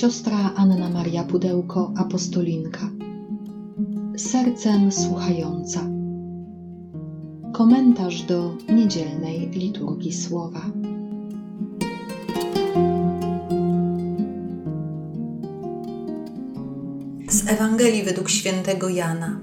Siostra Anna Maria Pudełko, apostolinka. Sercem słuchająca. Komentarz do niedzielnej liturgii słowa. Z Ewangelii według świętego Jana.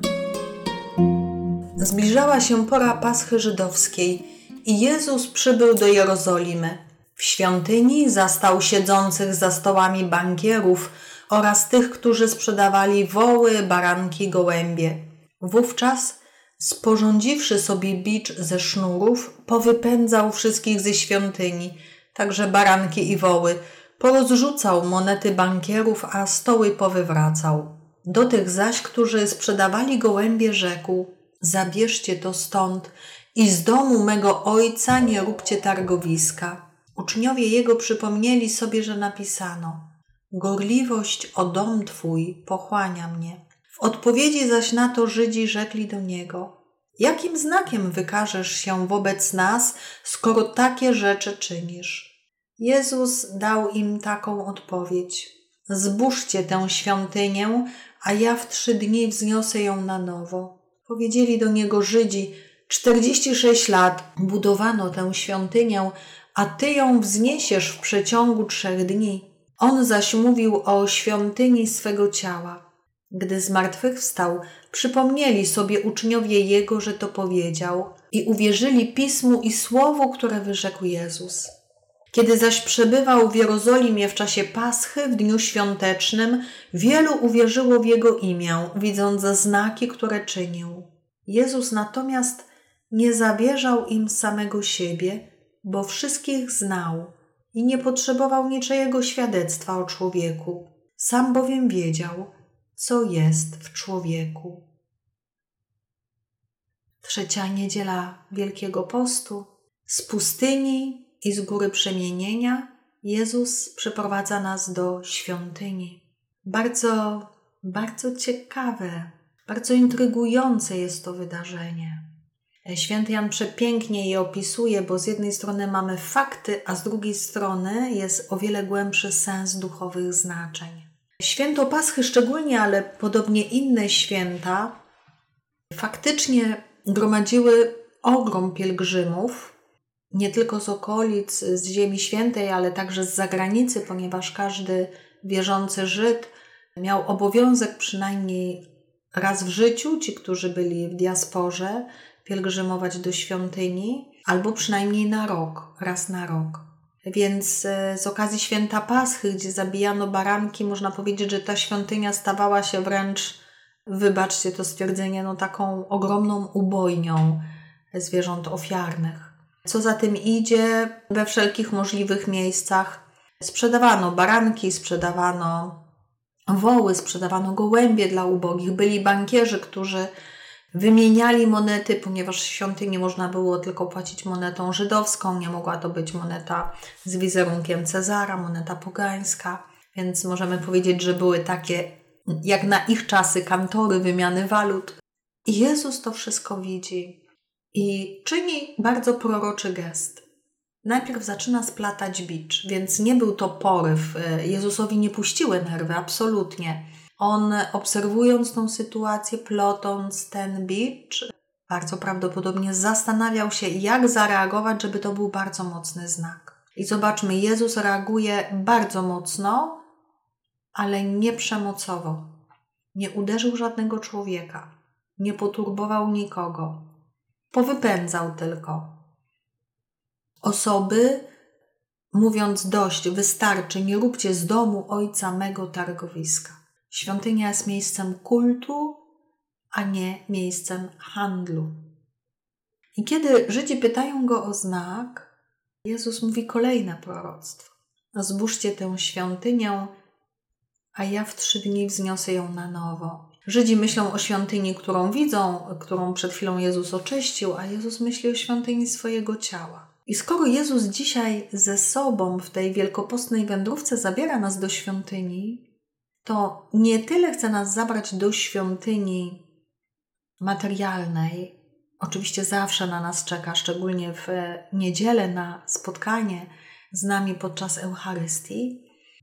Zbliżała się pora Paschy żydowskiej i Jezus przybył do Jerozolimy. W świątyni zastał siedzących za stołami bankierów oraz tych, którzy sprzedawali woły, baranki, gołębie. Wówczas, sporządziwszy sobie bicz ze sznurów, powypędzał wszystkich ze świątyni, także baranki i woły, porozrzucał monety bankierów, a stoły powywracał. Do tych zaś, którzy sprzedawali gołębie, rzekł: zabierzcie to stąd i z domu mego ojca nie róbcie targowiska. Uczniowie jego przypomnieli sobie, że napisano: gorliwość o dom Twój pochłania mnie. W odpowiedzi zaś na to Żydzi rzekli do niego: jakim znakiem wykażesz się wobec nas, skoro takie rzeczy czynisz? Jezus dał im taką odpowiedź: zbóżcie tę świątynię, a ja w 3 dni wzniosę ją na nowo. Powiedzieli do niego Żydzi: 46 lat budowano tę świątynię, a Ty ją wzniesiesz w przeciągu 3 dni. On zaś mówił o świątyni swego ciała. Gdy zmartwychwstał, przypomnieli sobie uczniowie Jego, że to powiedział, i uwierzyli Pismu i Słowu, które wyrzekł Jezus. Kiedy zaś przebywał w Jerozolimie w czasie Paschy, w dniu świątecznym, wielu uwierzyło w Jego imię, widząc znaki, które czynił. Jezus natomiast nie zawierzał im samego siebie, bo wszystkich znał i nie potrzebował niczyjego świadectwa o człowieku. Sam bowiem wiedział, co jest w człowieku. 3. niedziela Wielkiego Postu. Z pustyni i z góry przemienienia Jezus przyprowadza nas do świątyni. Bardzo ciekawe, bardzo intrygujące jest to wydarzenie. Święty Jan przepięknie je opisuje, bo z jednej strony mamy fakty, a z drugiej strony jest o wiele głębszy sens duchowych znaczeń. Święto Paschy szczególnie, ale podobnie inne święta, faktycznie gromadziły ogrom pielgrzymów, nie tylko z okolic, z Ziemi Świętej, ale także z zagranicy, ponieważ każdy wierzący Żyd miał obowiązek przynajmniej raz w życiu, ci, którzy byli w diasporze, pielgrzymować do świątyni, albo przynajmniej raz na rok. Więc z okazji święta Paschy, gdzie zabijano baranki, można powiedzieć, że ta świątynia stawała się wręcz, wybaczcie to stwierdzenie, taką ogromną ubojnią zwierząt ofiarnych. Co za tym idzie, we wszelkich możliwych miejscach sprzedawano baranki, sprzedawano woły, sprzedawano gołębie dla ubogich. Byli bankierzy, którzy wymieniali monety, ponieważ w świątyni można było tylko płacić monetą żydowską, nie mogła to być moneta z wizerunkiem Cezara, moneta pogańska, więc możemy powiedzieć, że były takie, jak na ich czasy, kantory wymiany walut. I Jezus to wszystko widzi i czyni bardzo proroczy gest. Najpierw zaczyna splatać bicz, więc nie był to poryw. Jezusowi nie puściły nerwy, absolutnie. On, obserwując tą sytuację, plotąc ten bicz, bardzo prawdopodobnie zastanawiał się, jak zareagować, żeby to był bardzo mocny znak. I zobaczmy, Jezus reaguje bardzo mocno, ale nie przemocowo. Nie uderzył żadnego człowieka, nie poturbował nikogo. Powypędzał tylko osoby, mówiąc: dość, wystarczy, nie róbcie z domu ojca mego targowiska. Świątynia jest miejscem kultu, a nie miejscem handlu. I kiedy Żydzi pytają go o znak, Jezus mówi kolejne proroctwo. Zbóżcie tę świątynię, a ja w 3 dni wzniosę ją na nowo. Żydzi myślą o świątyni, którą widzą, którą przed chwilą Jezus oczyścił, a Jezus myśli o świątyni swojego ciała. I skoro Jezus dzisiaj ze sobą w tej wielkopostnej wędrówce zabiera nas do świątyni, to nie tyle chce nas zabrać do świątyni materialnej, oczywiście zawsze na nas czeka, szczególnie w niedzielę, na spotkanie z nami podczas Eucharystii,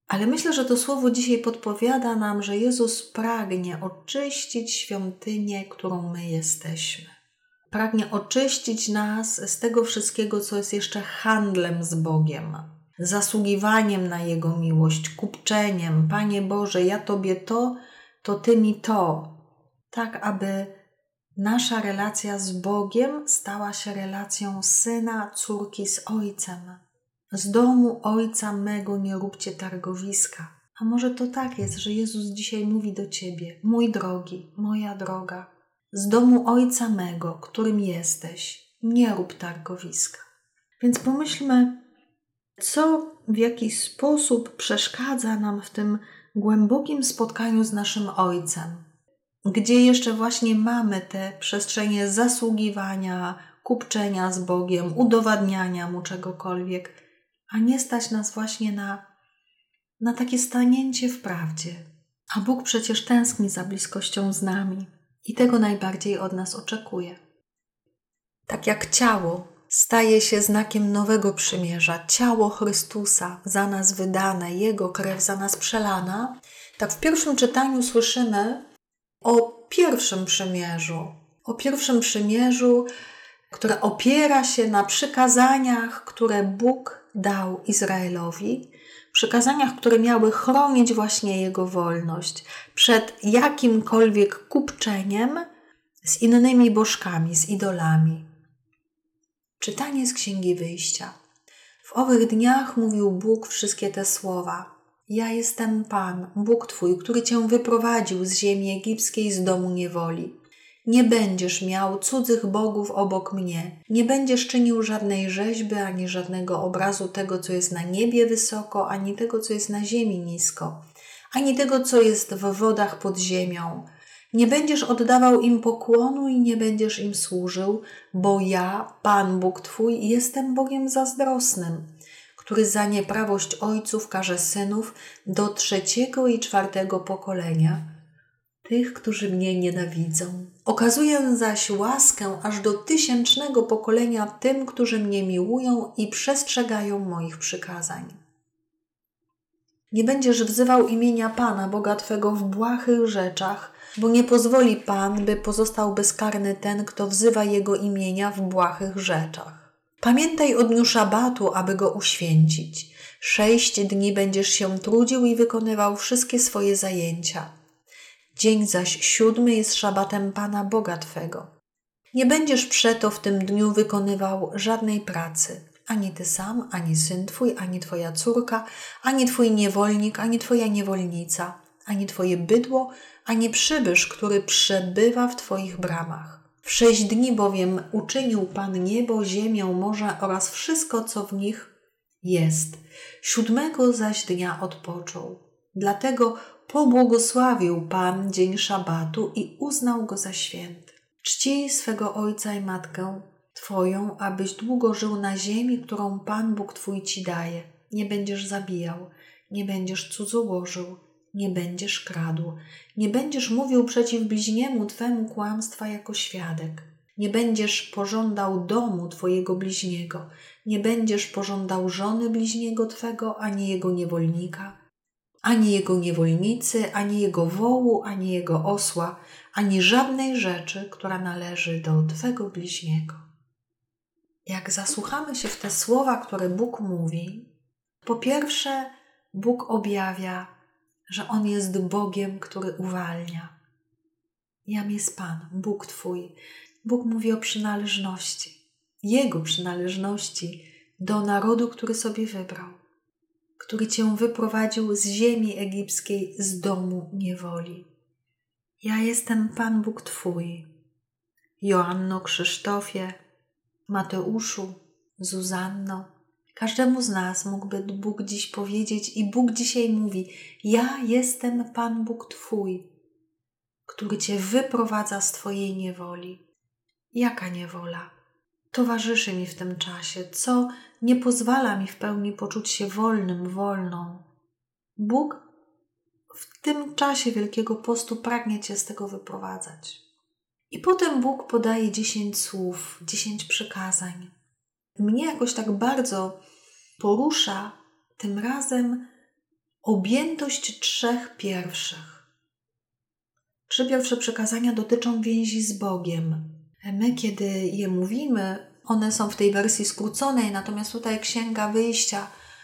Ale myślę, że to słowo dzisiaj podpowiada nam, że Jezus pragnie oczyścić świątynię, którą my jesteśmy. Pragnie oczyścić nas z tego wszystkiego, co jest jeszcze handlem z Bogiem, zasługiwaniem na Jego miłość, kupczeniem. Panie Boże, ja Tobie to Ty mi to. Tak, aby nasza relacja z Bogiem stała się relacją syna, córki z Ojcem. Z domu Ojca mego nie róbcie targowiska. A może to tak jest, że Jezus dzisiaj mówi do Ciebie: mój drogi, moja droga, z domu Ojca mego, którym jesteś, nie rób targowiska. Więc pomyślmy, co w jakiś sposób przeszkadza nam w tym głębokim spotkaniu z naszym Ojcem, gdzie jeszcze właśnie mamy te przestrzenie zasługiwania, kupczenia z Bogiem, udowadniania Mu czegokolwiek, a nie stać nas właśnie na takie stanięcie w prawdzie. A Bóg przecież tęskni za bliskością z nami i tego najbardziej od nas oczekuje. Tak jak ciało staje się znakiem nowego przymierza, ciało Chrystusa za nas wydane, Jego krew za nas przelana, tak w pierwszym czytaniu słyszymy o pierwszym przymierzu, które opiera się na przykazaniach, które Bóg dał Izraelowi, przykazaniach, które miały chronić właśnie Jego wolność przed jakimkolwiek kupczeniem z innymi bożkami, z idolami. Czytanie z Księgi Wyjścia. W owych dniach mówił Bóg wszystkie te słowa. Ja jestem Pan, Bóg Twój, który Cię wyprowadził z ziemi egipskiej, z domu niewoli. Nie będziesz miał cudzych bogów obok mnie. Nie będziesz czynił żadnej rzeźby, ani żadnego obrazu tego, co jest na niebie wysoko, ani tego, co jest na ziemi nisko, ani tego, co jest w wodach pod ziemią. Nie będziesz oddawał im pokłonu i nie będziesz im służył, bo ja, Pan Bóg Twój, jestem Bogiem zazdrosnym, który za nieprawość ojców karze synów do 3. i 4. pokolenia, tych, którzy mnie nienawidzą. Okazuję zaś łaskę aż do 1000. pokolenia tym, którzy mnie miłują i przestrzegają moich przykazań. Nie będziesz wzywał imienia Pana, Boga Twego, w błahych rzeczach, bo nie pozwoli Pan, by pozostał bezkarny ten, kto wzywa Jego imienia w błahych rzeczach. Pamiętaj o dniu szabatu, aby go uświęcić. 6 dni będziesz się trudził i wykonywał wszystkie swoje zajęcia. Dzień zaś 7 jest szabatem Pana Boga Twego. Nie będziesz przeto w tym dniu wykonywał żadnej pracy, ani ty sam, ani syn twój, ani twoja córka, ani twój niewolnik, ani twoja niewolnica, ani twoje bydło, ani przybysz, który przebywa w twoich bramach. W 6 dni bowiem uczynił Pan niebo, ziemię, morze oraz wszystko, co w nich jest. 7 zaś dnia odpoczął. Dlatego pobłogosławił Pan dzień szabatu i uznał go za święty. Czcij swego ojca i matkę Twoją, abyś długo żył na ziemi, którą Pan Bóg Twój Ci daje. Nie będziesz zabijał, nie będziesz cudzołożył, nie będziesz kradł, nie będziesz mówił przeciw bliźniemu Twemu kłamstwa jako świadek. Nie będziesz pożądał domu Twojego bliźniego, nie będziesz pożądał żony bliźniego Twego, ani jego niewolnika, ani jego niewolnicy, ani jego wołu, ani jego osła, ani żadnej rzeczy, która należy do Twego bliźniego. Jak zasłuchamy się w te słowa, które Bóg mówi, po pierwsze Bóg objawia, że On jest Bogiem, który uwalnia. Jam jest Pan, Bóg Twój. Bóg mówi o przynależności, Jego przynależności do narodu, który sobie wybrał, który Cię wyprowadził z ziemi egipskiej, z domu niewoli. Ja jestem Pan Bóg Twój. Joanno, Krzysztofie, Mateuszu, Zuzanno, każdemu z nas mógłby Bóg dziś powiedzieć i Bóg dzisiaj mówi: ja jestem Pan Bóg Twój, który Cię wyprowadza z Twojej niewoli. Jaka niewola towarzyszy mi w tym czasie? Co nie pozwala mi w pełni poczuć się wolnym, wolną? Bóg w tym czasie Wielkiego Postu pragnie Cię z tego wyprowadzać. I potem Bóg podaje 10 słów, 10 przykazań. Mnie jakoś tak bardzo porusza tym razem objętość 3 pierwszych. 3 pierwsze przykazania dotyczą więzi z Bogiem. My, kiedy je mówimy, one są w tej wersji skróconej, natomiast tutaj Księga Wyjścia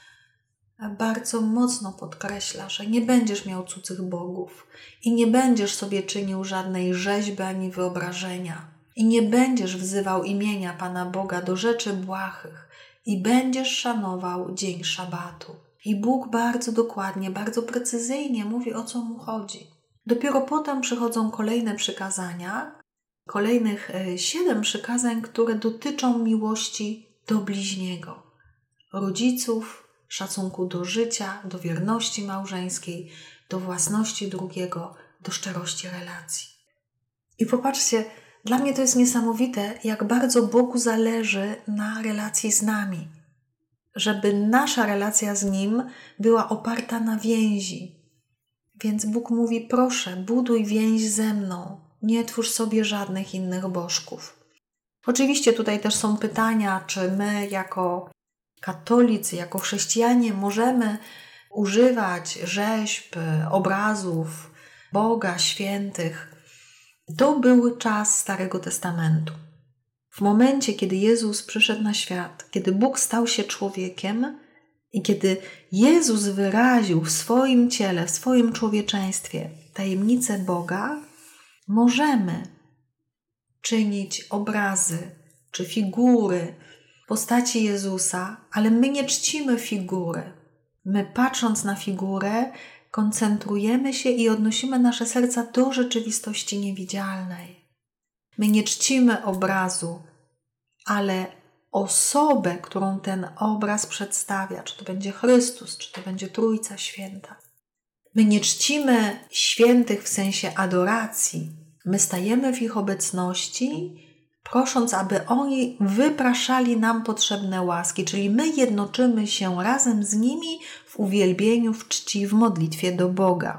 bardzo mocno podkreśla, że nie będziesz miał cudzych bogów i nie będziesz sobie czynił żadnej rzeźby ani wyobrażenia i nie będziesz wzywał imienia Pana Boga do rzeczy błahych i będziesz szanował dzień szabatu. I Bóg bardzo dokładnie, bardzo precyzyjnie mówi, o co mu chodzi. Dopiero potem przychodzą kolejne przykazania, kolejnych 7 przykazań, które dotyczą miłości do bliźniego, rodziców, szacunku do życia, do wierności małżeńskiej, do własności drugiego, do szczerości relacji. I popatrzcie, dla mnie to jest niesamowite, jak bardzo Bogu zależy na relacji z nami. Żeby nasza relacja z Nim była oparta na więzi. Więc Bóg mówi, proszę, buduj więź ze mną, nie twórz sobie żadnych innych bożków. Oczywiście tutaj też są pytania, czy my jako katolicy, jako chrześcijanie możemy używać rzeźb, obrazów Boga, świętych. To był czas Starego Testamentu. W momencie, kiedy Jezus przyszedł na świat, kiedy Bóg stał się człowiekiem i kiedy Jezus wyraził w swoim ciele, w swoim człowieczeństwie tajemnicę Boga, możemy czynić obrazy czy figury postaci Jezusa, ale my nie czcimy figury. My, patrząc na figurę, koncentrujemy się i odnosimy nasze serca do rzeczywistości niewidzialnej. My nie czcimy obrazu, ale osobę, którą ten obraz przedstawia, czy to będzie Chrystus, czy to będzie Trójca Święta. My nie czcimy świętych w sensie adoracji. My stajemy w ich obecności, prosząc, aby oni wypraszali nam potrzebne łaski, czyli my jednoczymy się razem z nimi w uwielbieniu, w czci, w modlitwie do Boga.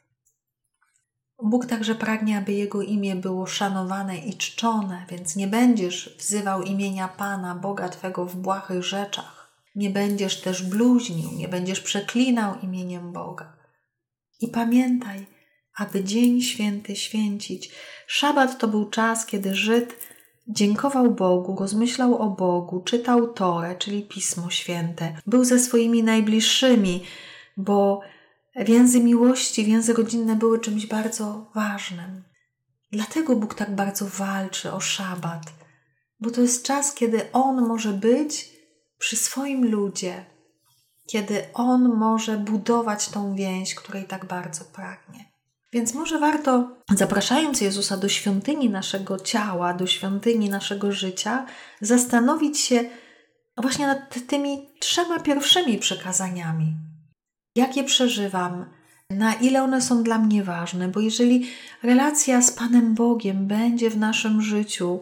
Bóg także pragnie, aby Jego imię było szanowane i czczone, więc nie będziesz wzywał imienia Pana, Boga Twego w błahych rzeczach. Nie będziesz też bluźnił, nie będziesz przeklinał imieniem Boga. I pamiętaj, aby dzień święty święcić. Szabat to był czas, kiedy Żyd dziękował Bogu, rozmyślał o Bogu, czytał Torę, czyli Pismo Święte. Był ze swoimi najbliższymi, bo więzy miłości, więzy rodzinne były czymś bardzo ważnym. Dlatego Bóg tak bardzo walczy o szabat, bo to jest czas, kiedy On może być przy swoim ludzie, kiedy On może budować tą więź, której tak bardzo pragnie. Więc może warto, zapraszając Jezusa do świątyni naszego ciała, do świątyni naszego życia, zastanowić się właśnie nad tymi 3 pierwszymi przykazaniami. Jak je przeżywam? Na ile one są dla mnie ważne? Bo jeżeli relacja z Panem Bogiem będzie w naszym życiu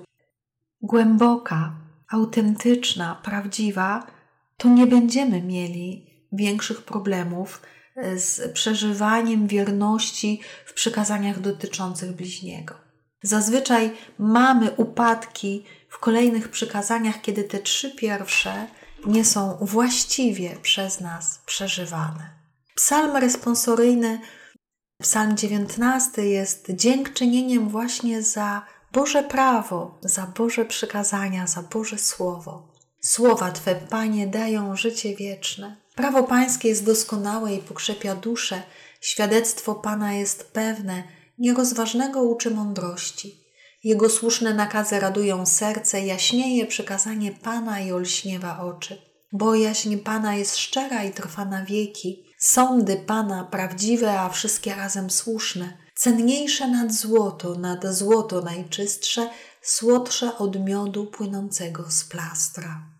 głęboka, autentyczna, prawdziwa, to nie będziemy mieli większych problemów z przeżywaniem wierności w przykazaniach dotyczących bliźniego. Zazwyczaj mamy upadki w kolejnych przykazaniach, kiedy te 3 pierwsze nie są właściwie przez nas przeżywane. Psalm responsoryjny, psalm 19 jest dziękczynieniem właśnie za Boże prawo, za Boże przykazania, za Boże Słowo. Słowa Twe, Panie, dają życie wieczne. Prawo Pańskie jest doskonałe i pokrzepia duszę. Świadectwo Pana jest pewne, nierozważnego uczy mądrości. Jego słuszne nakazy radują serce, jaśnieje przykazanie Pana i olśniewa oczy. Bojaźń Pana jest szczera i trwa na wieki. Sądy Pana prawdziwe, a wszystkie razem słuszne. Cenniejsze nad złoto najczystsze, słodsze od miodu płynącego z plastra.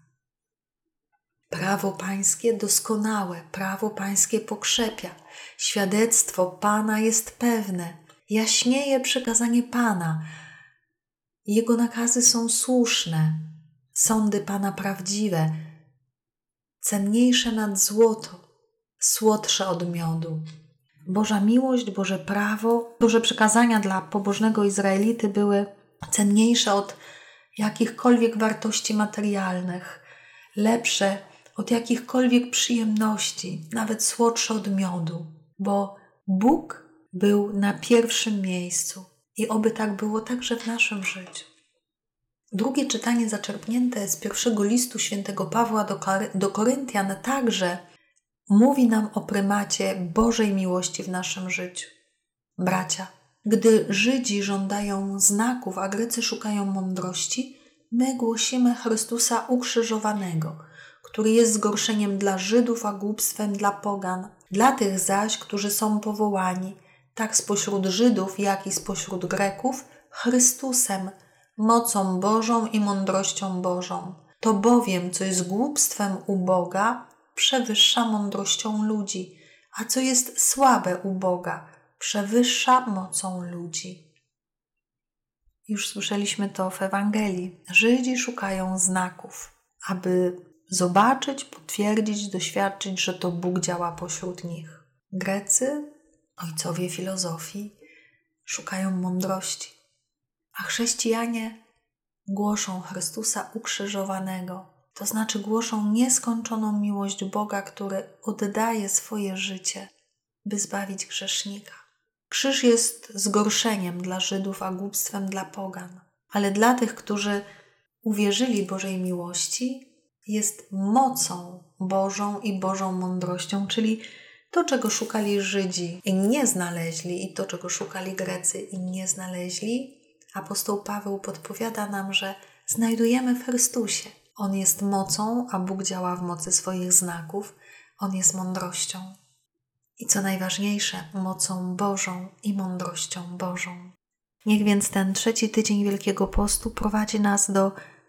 Prawo Pańskie doskonałe, prawo Pańskie pokrzepia. Świadectwo Pana jest pewne, jaśnieje przykazanie Pana. Jego nakazy są słuszne, sądy Pana prawdziwe, cenniejsze nad złoto, słodsze od miodu. Boża miłość, Boże prawo, Boże przykazania dla pobożnego Izraelity były cenniejsze od jakichkolwiek wartości materialnych, lepsze od jakichkolwiek przyjemności, nawet słodsze od miodu, bo Bóg był na pierwszym miejscu i oby tak było także w naszym życiu. Drugie czytanie zaczerpnięte z pierwszego listu świętego Pawła do Koryntian także mówi nam o prymacie Bożej miłości w naszym życiu. Bracia, gdy Żydzi żądają znaków, a Grecy szukają mądrości, my głosimy Chrystusa ukrzyżowanego, który jest zgorszeniem dla Żydów, a głupstwem dla pogan. Dla tych zaś, którzy są powołani, tak spośród Żydów, jak i spośród Greków, Chrystusem, mocą Bożą i mądrością Bożą. To bowiem, co jest głupstwem u Boga, przewyższa mądrością ludzi, a co jest słabe u Boga, przewyższa mocą ludzi. Już słyszeliśmy to w Ewangelii. Żydzi szukają znaków, aby zobaczyć, potwierdzić, doświadczyć, że to Bóg działa pośród nich. Grecy, ojcowie filozofii, szukają mądrości, a chrześcijanie głoszą Chrystusa ukrzyżowanego. To znaczy głoszą nieskończoną miłość Boga, który oddaje swoje życie, by zbawić grzesznika. Krzyż jest zgorszeniem dla Żydów, a głupstwem dla pogan. Ale dla tych, którzy uwierzyli Bożej miłości, jest mocą Bożą i Bożą mądrością, czyli to, czego szukali Żydzi i nie znaleźli, i to, czego szukali Grecy i nie znaleźli, apostoł Paweł podpowiada nam, że znajdujemy w Chrystusie. On jest mocą, a Bóg działa w mocy swoich znaków. On jest mądrością. I co najważniejsze, mocą Bożą i mądrością Bożą. Niech więc ten trzeci tydzień Wielkiego Postu prowadzi nas do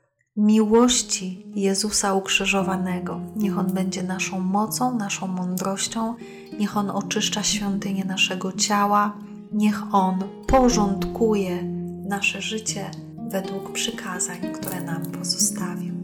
miłości Jezusa ukrzyżowanego. Niech On będzie naszą mocą, naszą mądrością. Niech On oczyszcza świątynię naszego ciała. Niech On porządkuje nasze życie według przykazań, które nam pozostawił.